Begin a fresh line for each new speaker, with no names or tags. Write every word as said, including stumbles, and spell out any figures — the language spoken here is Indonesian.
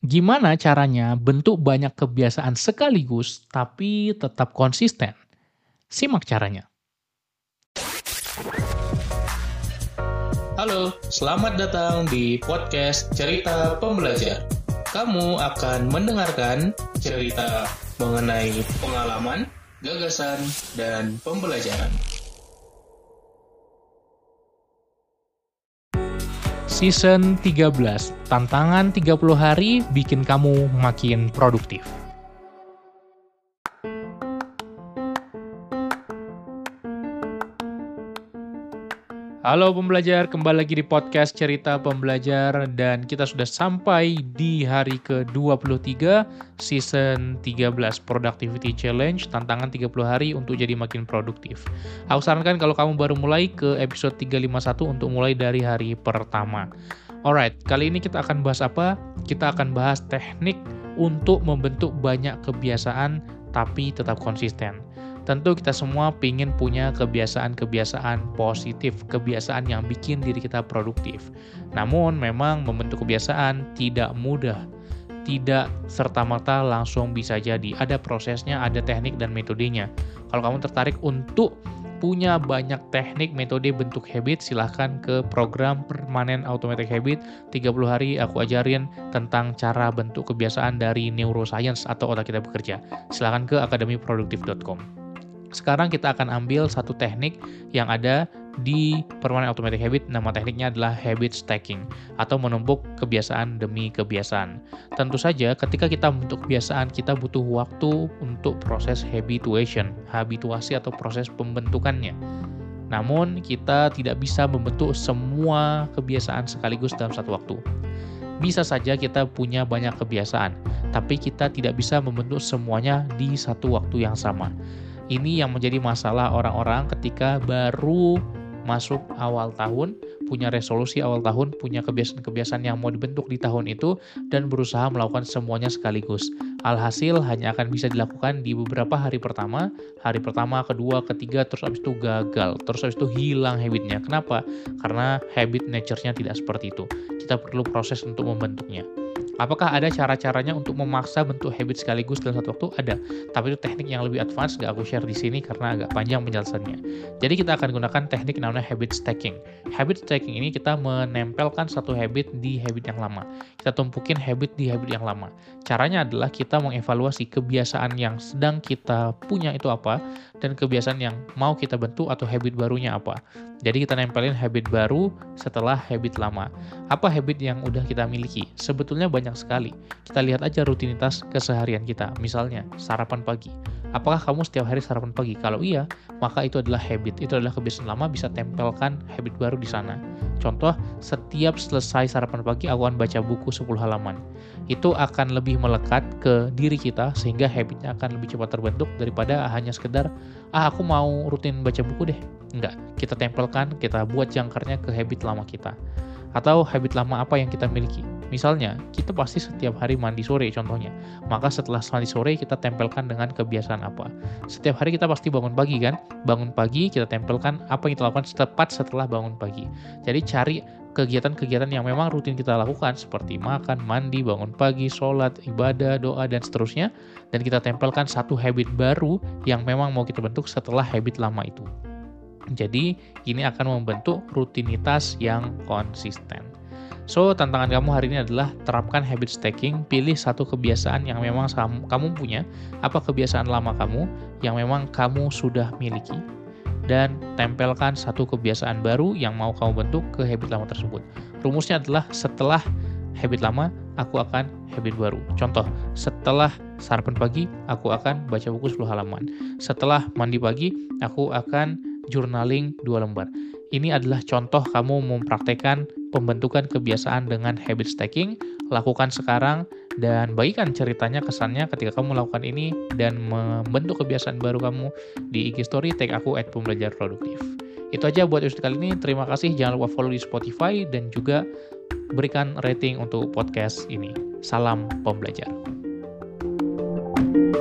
Gimana caranya bentuk banyak kebiasaan sekaligus tapi tetap konsisten? Simak caranya.
Halo, selamat datang di podcast Cerita Pembelajar. Kamu akan mendengarkan cerita mengenai pengalaman, gagasan, dan pembelajaran.
Season tiga belas, tantangan tiga puluh hari bikin kamu makin produktif. Halo pembelajar, kembali lagi di podcast Cerita Pembelajar dan kita sudah sampai di hari ke dua puluh tiga season tiga belas Productivity Challenge, tantangan tiga puluh hari untuk jadi makin produktif. Aku sarankan kalau kamu baru mulai ke episode tiga ratus lima puluh satu untuk mulai dari hari pertama. Alright, kali ini kita akan bahas apa? Kita akan bahas teknik untuk membentuk banyak kebiasaan tapi tetap konsisten. Tentu kita semua ingin punya kebiasaan-kebiasaan positif, kebiasaan yang bikin diri kita produktif. Namun memang membentuk kebiasaan tidak mudah, tidak serta-merta langsung bisa jadi. Ada prosesnya, ada teknik dan metodenya. Kalau kamu tertarik untuk punya banyak teknik, metode bentuk habit, silahkan ke program Permanen Automatic Habit. tiga puluh hari aku ajarin tentang cara bentuk kebiasaan dari neuroscience atau otak kita bekerja. Silahkan ke akademi produktif dot com. Sekarang kita akan ambil satu teknik yang ada di Permanen Automatic Habit. Nama tekniknya adalah habit stacking atau menumpuk kebiasaan demi kebiasaan. Tentu saja ketika kita membentuk kebiasaan, kita butuh waktu untuk proses habituation, habituasi atau proses pembentukannya. Namun kita tidak bisa membentuk semua kebiasaan sekaligus dalam satu waktu. Bisa saja kita punya banyak kebiasaan, tapi kita tidak bisa membentuk semuanya di satu waktu yang sama. Ini yang menjadi masalah orang-orang ketika baru masuk awal tahun, punya resolusi awal tahun, punya kebiasaan-kebiasaan yang mau dibentuk di tahun itu, dan berusaha melakukan semuanya sekaligus. Alhasil hanya akan bisa dilakukan di beberapa hari pertama, hari pertama, kedua, ketiga, terus habis itu gagal, terus habis itu hilang habitnya. Kenapa? Karena habit nature-nya tidak seperti itu. Kita perlu proses untuk membentuknya. Apakah ada cara-caranya untuk memaksa bentuk habit sekaligus dalam satu waktu? Ada, tapi itu teknik yang lebih advance, nggak aku share di sini karena agak panjang penjelasannya. Jadi kita akan gunakan teknik namanya habit stacking. Habit stacking ini kita menempelkan satu habit di habit yang lama. Kita tumpukin habit di habit yang lama. Caranya adalah kita mengevaluasi kebiasaan yang sedang kita punya itu apa, dan kebiasaan yang mau kita bentuk atau habit barunya apa. Jadi kita nempelin habit baru setelah habit lama. Apa habit yang udah kita miliki? Sebetulnya banyak sekali. Kita lihat aja rutinitas keseharian kita. Misalnya, sarapan pagi. Apakah kamu setiap hari sarapan pagi? Kalau iya, maka itu adalah habit. Itu adalah kebiasaan lama, bisa tempelkan habit baru di sana. Contoh, setiap selesai sarapan pagi, aku akan baca buku sepuluh halaman. Itu akan lebih melekat ke diri kita, sehingga habitnya akan lebih cepat terbentuk daripada hanya sekedar, ah aku mau rutin baca buku deh. Enggak, kita tempelkan, kita buat jangkarnya ke habit lama kita. Atau habit lama apa yang kita miliki. Misalnya, kita pasti setiap hari mandi sore contohnya. Maka setelah mandi sore kita tempelkan dengan kebiasaan apa. Setiap hari kita pasti bangun pagi kan? Bangun pagi kita tempelkan apa yang kita lakukan tepat setelah bangun pagi. Jadi cari kegiatan-kegiatan yang memang rutin kita lakukan seperti makan, mandi, bangun pagi, sholat, ibadah, doa, dan seterusnya. Dan kita tempelkan satu habit baru yang memang mau kita bentuk setelah habit lama itu. Jadi, ini akan membentuk rutinitas yang konsisten. So, tantangan kamu hari ini adalah terapkan habit stacking, pilih satu kebiasaan yang memang kamu punya, apa kebiasaan lama kamu yang memang kamu sudah miliki, dan tempelkan satu kebiasaan baru yang mau kamu bentuk ke habit lama tersebut. Rumusnya adalah setelah habit lama, aku akan habit baru. Contoh, setelah sarapan pagi, aku akan baca buku sepuluh halaman. Setelah mandi pagi, aku akan journaling dua lembar. Ini adalah contoh kamu mempraktekkan pembentukan kebiasaan dengan habit stacking. Lakukan sekarang dan bagikan ceritanya, kesannya ketika kamu melakukan ini dan membentuk kebiasaan baru kamu di I G Story, tag aku at pembelajar produktif. Itu aja buat episode kali ini. Terima kasih. Jangan lupa follow di Spotify dan juga berikan rating untuk podcast ini. Salam pembelajar.